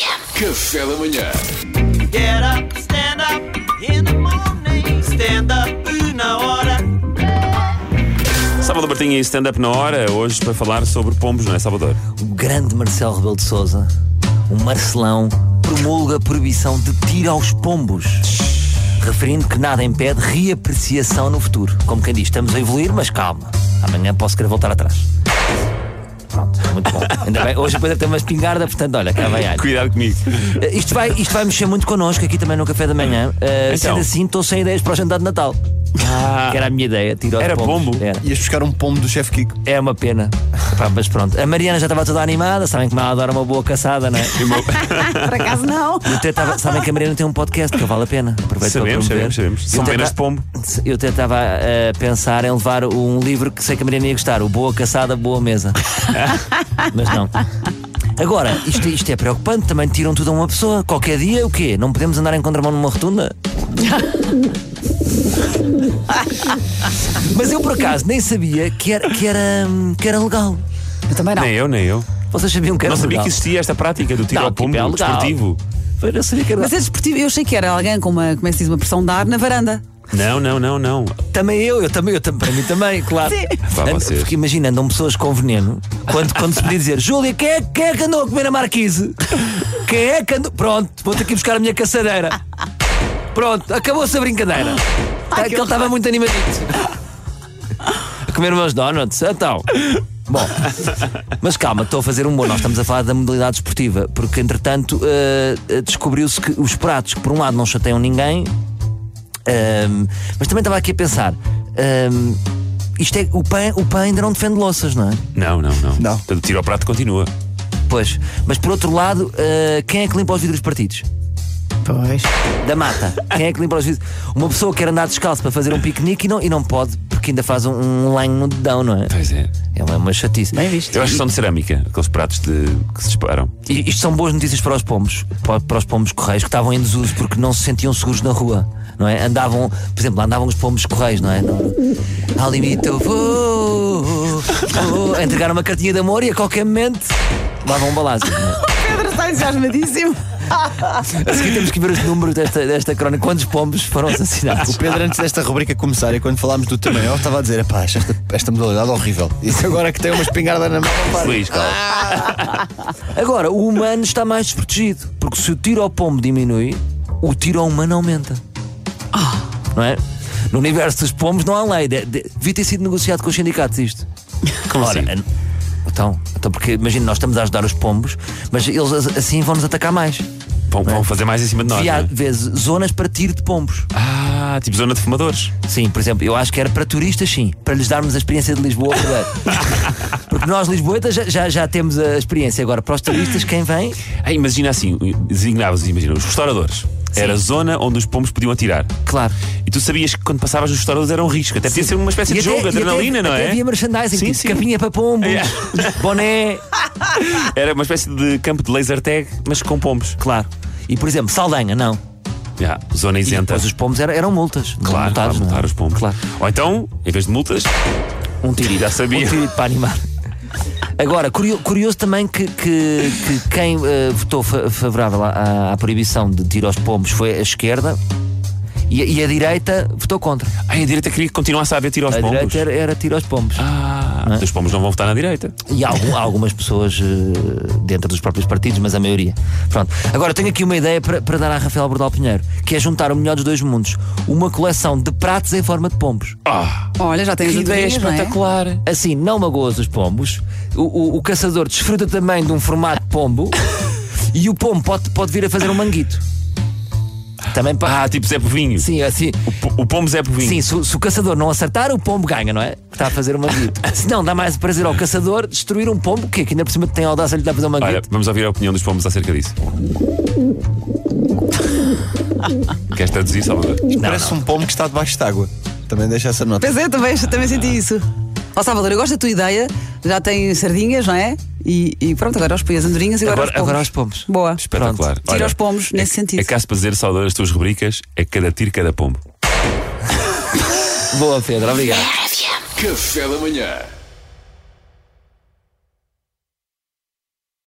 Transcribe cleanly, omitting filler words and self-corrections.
Café da manhã. Get up, stand up in the morning. Stand up na hora. Salvador Martinha e stand-up na hora, hoje para falar sobre pombos, não é, Salvador? O grande Marcelo Rebelo de Sousa, o Marcelão, promulga a proibição de tiro aos pombos, referindo que nada impede reapreciação no futuro. Como quem diz, estamos a evoluir, mas calma, amanhã posso querer voltar atrás. Pronto, muito bom. Ainda bem, hoje depois é que tem uma espingarda, portanto, olha, cá vai alho. Cuidado comigo. Isto vai mexer muito connosco aqui também no café da manhã. Sendo assim, estou sem ideias para o jantar de Natal. Que era a minha ideia, tiro aos Era pombos. pombo? Era. Ias buscar um pombo do chefe Kiko. É uma pena. Epá, mas pronto. A Mariana já estava toda animada. Sabem que ela adora uma boa caçada, não é? Por acaso não. Sabem que a Mariana tem um podcast que vale a pena. Aproveito Sabemos. para promover. São penas de pombo. Eu até estava a pensar em levar um livro que sei que a Mariana ia gostar: o Boa Caçada, Boa Mesa. Mas não. Agora, isto é preocupante. Também tiram tudo a uma pessoa. Qualquer dia, o quê? Não podemos andar em contramão numa rotunda? Mas eu por acaso nem sabia que era legal. Eu também não. Nem eu. Vocês sabiam que era Não sabia legal? que existia esta prática do tiro Não, ao pombo tipo, é legal. desportivo. Eu não sabia que era. Mas é desportivo, eu achei que era alguém com uma, como é que se diz, uma pressão de ar na varanda. Não. Também eu também, para mim também, claro. Sim. Pá, vocês. Porque imagina, andam pessoas com veneno. Quando se podia dizer, Júlia, quem é que andou a comer a marquise? Quem é que andou? Pronto, vou ter que ir buscar a minha caçadeira. Pronto, acabou-se a brincadeira. Que ele estava muito animadito a comer meus donuts. Então, bom, mas calma, estou a fazer um bom. Nós estamos a falar da modalidade esportiva, porque entretanto descobriu-se que os pratos que por um lado não chateiam ninguém, mas também estava aqui a pensar, isto é, o pão ainda não defende louças, não é? Não. Não. Portanto, o tiro ao prato continua. Pois, mas por outro lado, quem é que limpa os vidros partidos? Pois. Da mata. Quem é que limpa os vidros? Uma pessoa quer andar descalço para fazer um piquenique e não pode, porque ainda faz um lenho no dedão, não é? Pois é. É uma chatice. Bem visto. Eu acho que são de cerâmica, aqueles pratos que se disparam. E isto são boas notícias para os pombos, para os pombos correios que estavam em desuso porque não se sentiam seguros na rua, não é? Andavam os pombos correios, não é? Ao limite eu vou a entregar uma cartinha de amor e a qualquer momento davam um balaço. Pedro está entusiasmadíssimo. A seguir temos que ver os números desta crónica. Quantos pombos foram assassinados? O Pedro, antes desta rubrica começar e quando falámos do tamanho, estava a dizer: pá, esta modalidade é horrível. Isso agora que tem uma espingarda na mão. Feliz, calma. Agora, o humano está mais desprotegido, porque se o tiro ao pombo diminui, o tiro ao humano aumenta. Não é? No universo dos pombos não há lei. Devia ter sido negociado com os sindicatos isto. Como Ora, assim? Então, porque imagina, nós estamos a ajudar os pombos, mas eles assim vão nos atacar mais. Vão fazer mais em cima de nós. Devia não é? haver zonas para tiro de pombos. Tipo zona de fumadores. Sim, por exemplo, eu acho que era para turistas, sim, para lhes darmos a experiência de Lisboa. Porque nós, lisboetas, já temos a experiência. Agora, para os turistas, quem vem. Imagina assim, imagina, os restauradores. Era a zona onde os pombos podiam atirar. Claro. E tu sabias que quando passavas os restauradores era um risco. Até podia ser uma espécie de jogo, adrenalina, não até é? havia merchandising, Sim, tipo sim. capinha para pombos, boné. Era uma espécie de campo de laser tag, mas com pombos. Claro. E, por exemplo, Saldanha, não. Zona E isenta. depois os pombos eram multas. Claro, multados, para multar não é? os pombos. Claro. Ou então, em vez de multas, Um tiro. Já sabia. Um tiro para animar. Agora, curioso também que quem votou favorável à proibição de tiro aos pombos foi a esquerda e a direita votou contra. a direita queria que continuasse a haver tiro aos A pombos. direita era tiro aos pombos. Os pombos não vão votar na direita. E há algumas pessoas dentro dos próprios partidos, mas a maioria. Pronto. Agora tenho aqui uma ideia para dar à Rafael Bordal Pinheiro, que é juntar o melhor dos dois mundos: uma coleção de pratos em forma de pombos. Olha, já tens Que ideia adivinhas, não é? espetacular. Assim, não magoas os pombos, o caçador desfruta também de um formato pombo e o pombo pode vir a fazer um manguito. Também Tipo Zé Povinho. Sim, assim. O pombo Zé Povinho. Sim, se o caçador não acertar, o pombo ganha, não é? Está a fazer um manguito. Se não, dá mais prazer ao caçador destruir um pombo, que ainda por cima tem a audácia de lhe dar a fazer um manguito. Olha, vamos ouvir a opinião dos pombos acerca disso. Queres traduzir, Salvador? Parece um pombo que está debaixo de água. Também deixa essa nota. Pois é, também senti isso. Ó Salvador, eu gosto da tua ideia. Já tem sardinhas, não é? E pronto, agora os põe as andorinhas e Agora aos pombos. Boa. Espetacular. Tira Olha, aos pombos nesse sentido. É caso para dizer, Salvador, as tuas rubricas é cada tiro, cada pombo. Boa, Pedro, obrigado. Café da manhã.